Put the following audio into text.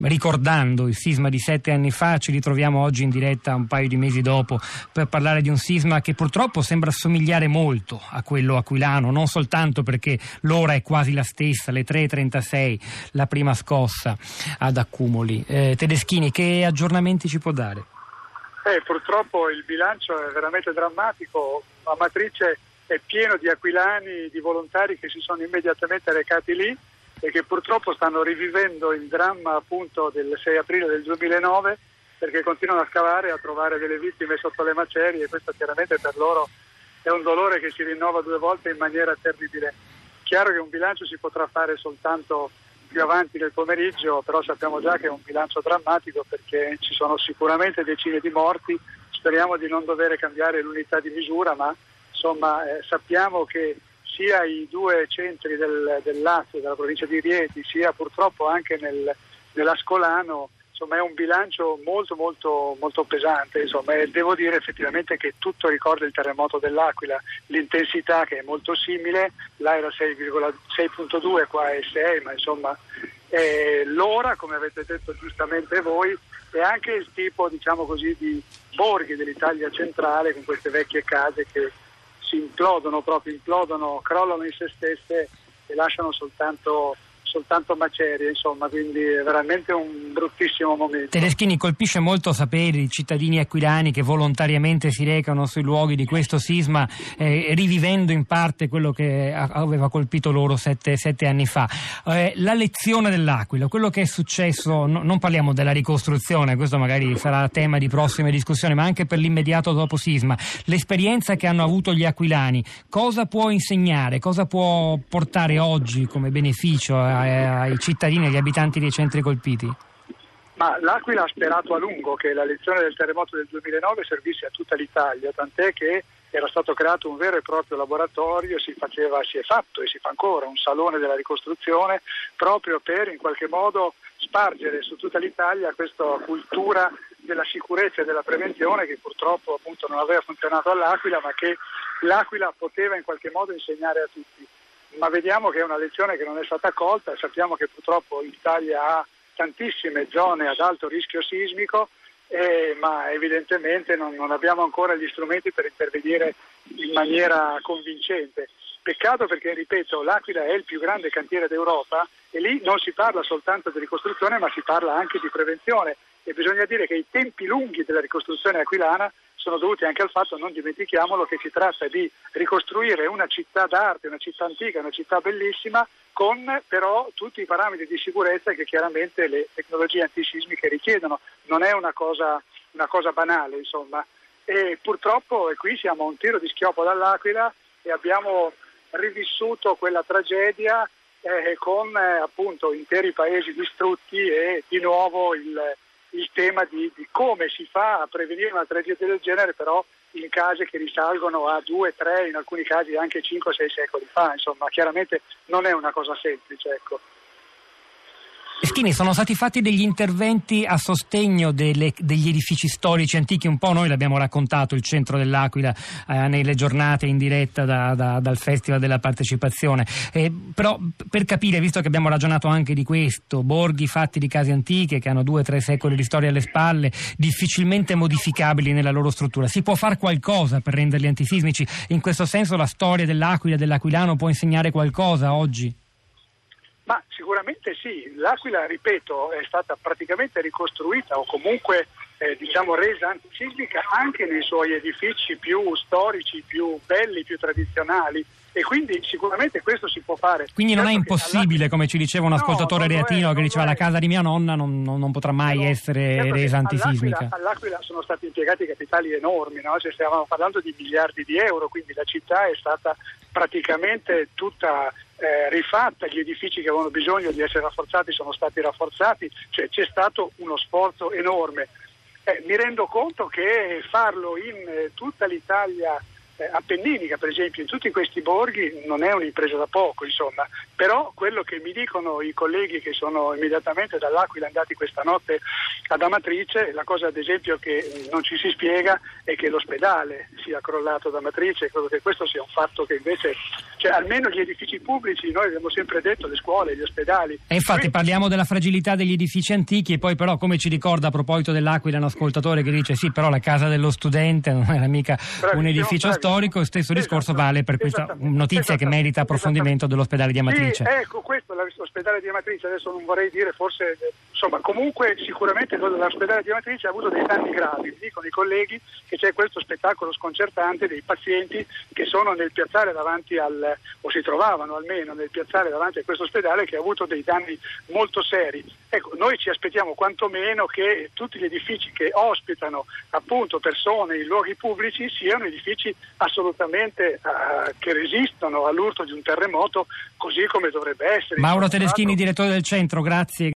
ricordando il sisma di 7 anni fa, ci ritroviamo oggi in diretta un paio di mesi dopo per parlare di un sisma che purtroppo sembra assomigliare molto a quello aquilano, non soltanto perché l'ora è quasi la stessa, le 3:36, la prima scossa ad Accumoli. Tedeschini, che aggiornamenti ci può dare? Purtroppo il bilancio è veramente drammatico. Amatrice è pieno di aquilani, di volontari che si sono immediatamente recati lì e che purtroppo stanno rivivendo il dramma appunto del 6 aprile del 2009, perché continuano a scavare e a trovare delle vittime sotto le macerie, e questo chiaramente per loro è un dolore che si rinnova 2 volte in maniera terribile. Chiaro che un bilancio si potrà fare soltanto più avanti nel pomeriggio, però sappiamo già che è un bilancio drammatico perché ci sono sicuramente decine di morti. Speriamo di non dover cambiare l'unità di misura, ma insomma sappiamo che sia i 2 centri del Lazio, della provincia di Rieti, sia purtroppo anche nell'Ascolano, insomma è un bilancio molto molto molto pesante, insomma, e devo dire effettivamente che tutto ricorda il terremoto dell'Aquila, l'intensità che è molto simile, là era 6.2, qua è 6, ma insomma l'ora, come avete detto giustamente voi, e anche il tipo, diciamo così, di borghi dell'Italia centrale, con queste vecchie case che si implodono, crollano in se stesse e lasciano soltanto macerie, insomma, quindi è veramente un bruttissimo momento. Tedeschini, colpisce molto sapere i cittadini aquilani che volontariamente si recano sui luoghi di questo sisma, rivivendo in parte quello che aveva colpito loro 7 anni fa. La lezione dell'Aquila, quello che è successo, non parliamo della ricostruzione, questo magari sarà tema di prossime discussioni, ma anche per l'immediato dopo sisma, l'esperienza che hanno avuto gli aquilani, cosa può insegnare, cosa può portare oggi come beneficio ai cittadini e agli abitanti dei centri colpiti? Ma l'Aquila ha sperato a lungo che la lezione del terremoto del 2009 servisse a tutta l'Italia, tant'è che era stato creato un vero e proprio laboratorio, si è fatto e si fa ancora un salone della ricostruzione proprio per in qualche modo spargere su tutta l'Italia questa cultura della sicurezza e della prevenzione che purtroppo appunto non aveva funzionato all'Aquila, ma che l'Aquila poteva in qualche modo insegnare a tutti. Ma vediamo che è una lezione che non è stata colta. Sappiamo che purtroppo l'Italia ha tantissime zone ad alto rischio sismico, ma evidentemente non abbiamo ancora gli strumenti per intervenire in maniera convincente. Peccato perché, ripeto, l'Aquila è il più grande cantiere d'Europa e lì non si parla soltanto di ricostruzione, ma si parla anche di prevenzione, e bisogna dire che i tempi lunghi della ricostruzione aquilana sono dovuti anche al fatto, non dimentichiamolo, che si tratta di ricostruire una città d'arte, una città antica, una città bellissima, con però tutti i parametri di sicurezza che chiaramente le tecnologie antisismiche richiedono. Non è una cosa banale, insomma. E purtroppo qui siamo a un tiro di schioppo dall'Aquila e abbiamo rivissuto quella tragedia con appunto interi paesi distrutti e di nuovo il tema di come si fa a prevenire una tragedia del genere, però in case che risalgono a 2, 3, in alcuni casi anche 5, 6 secoli fa, insomma, chiaramente non è una cosa semplice, ecco. Tedeschini, sono stati fatti degli interventi a sostegno degli edifici storici antichi, un po' noi l'abbiamo raccontato, il centro dell'Aquila nelle giornate in diretta dal Festival della Partecipazione, però per capire, visto che abbiamo ragionato anche di questo, borghi fatti di case antiche che hanno 2 o 3 secoli di storia alle spalle, difficilmente modificabili nella loro struttura, si può fare qualcosa per renderli antisismici? In questo senso la storia dell'Aquila, dell'aquilano, può insegnare qualcosa oggi? Ma sicuramente sì, l'Aquila, ripeto, è stata praticamente ricostruita o comunque resa antisismica anche nei suoi edifici più storici, più belli, più tradizionali, e quindi sicuramente questo si può fare. Quindi non è impossibile, come ci diceva un ascoltatore reatino che diceva la casa di mia nonna non potrà mai essere resa antisismica. All'Aquila sono stati impiegati capitali enormi, no? Cioè, stiamo parlando di miliardi di euro, quindi la città è stata praticamente tutta rifatta, gli edifici che avevano bisogno di essere rafforzati sono stati rafforzati, cioè c'è stato uno sforzo enorme. Mi rendo conto che farlo in tutta l'Italia appenninica, per esempio, in tutti questi borghi non è un'impresa da poco, insomma, però quello che mi dicono i colleghi che sono immediatamente dall'Aquila andati questa notte ad Amatrice. La cosa ad esempio che non ci si spiega è che l'ospedale sia crollato ad Amatrice. Credo che questo sia un fatto che invece, cioè almeno gli edifici pubblici, noi abbiamo sempre detto, le scuole, gli ospedali. E infatti parliamo della fragilità degli edifici antichi, e poi però, come ci ricorda a proposito dell'Aquila un ascoltatore che dice sì, però la casa dello studente non era mica un edificio storico, stesso discorso vale per questa notizia che merita approfondimento dell'ospedale di Amatrice. Sì, ecco, questo, l'ospedale di Amatrice, adesso non vorrei dire, forse, insomma, comunque sicuramente l'ospedale di Amatrice ha avuto dei danni gravi. Dicono i colleghi che c'è questo spettacolo sconcertante dei pazienti che sono nel piazzale davanti o si trovavano almeno nel piazzale davanti a questo ospedale, che ha avuto dei danni molto seri. Ecco, noi ci aspettiamo quantomeno che tutti gli edifici che ospitano appunto persone in luoghi pubblici siano edifici assolutamente che resistono all'urto di un terremoto, così come dovrebbe essere. Mauro Tedeschini, direttore del centro, grazie.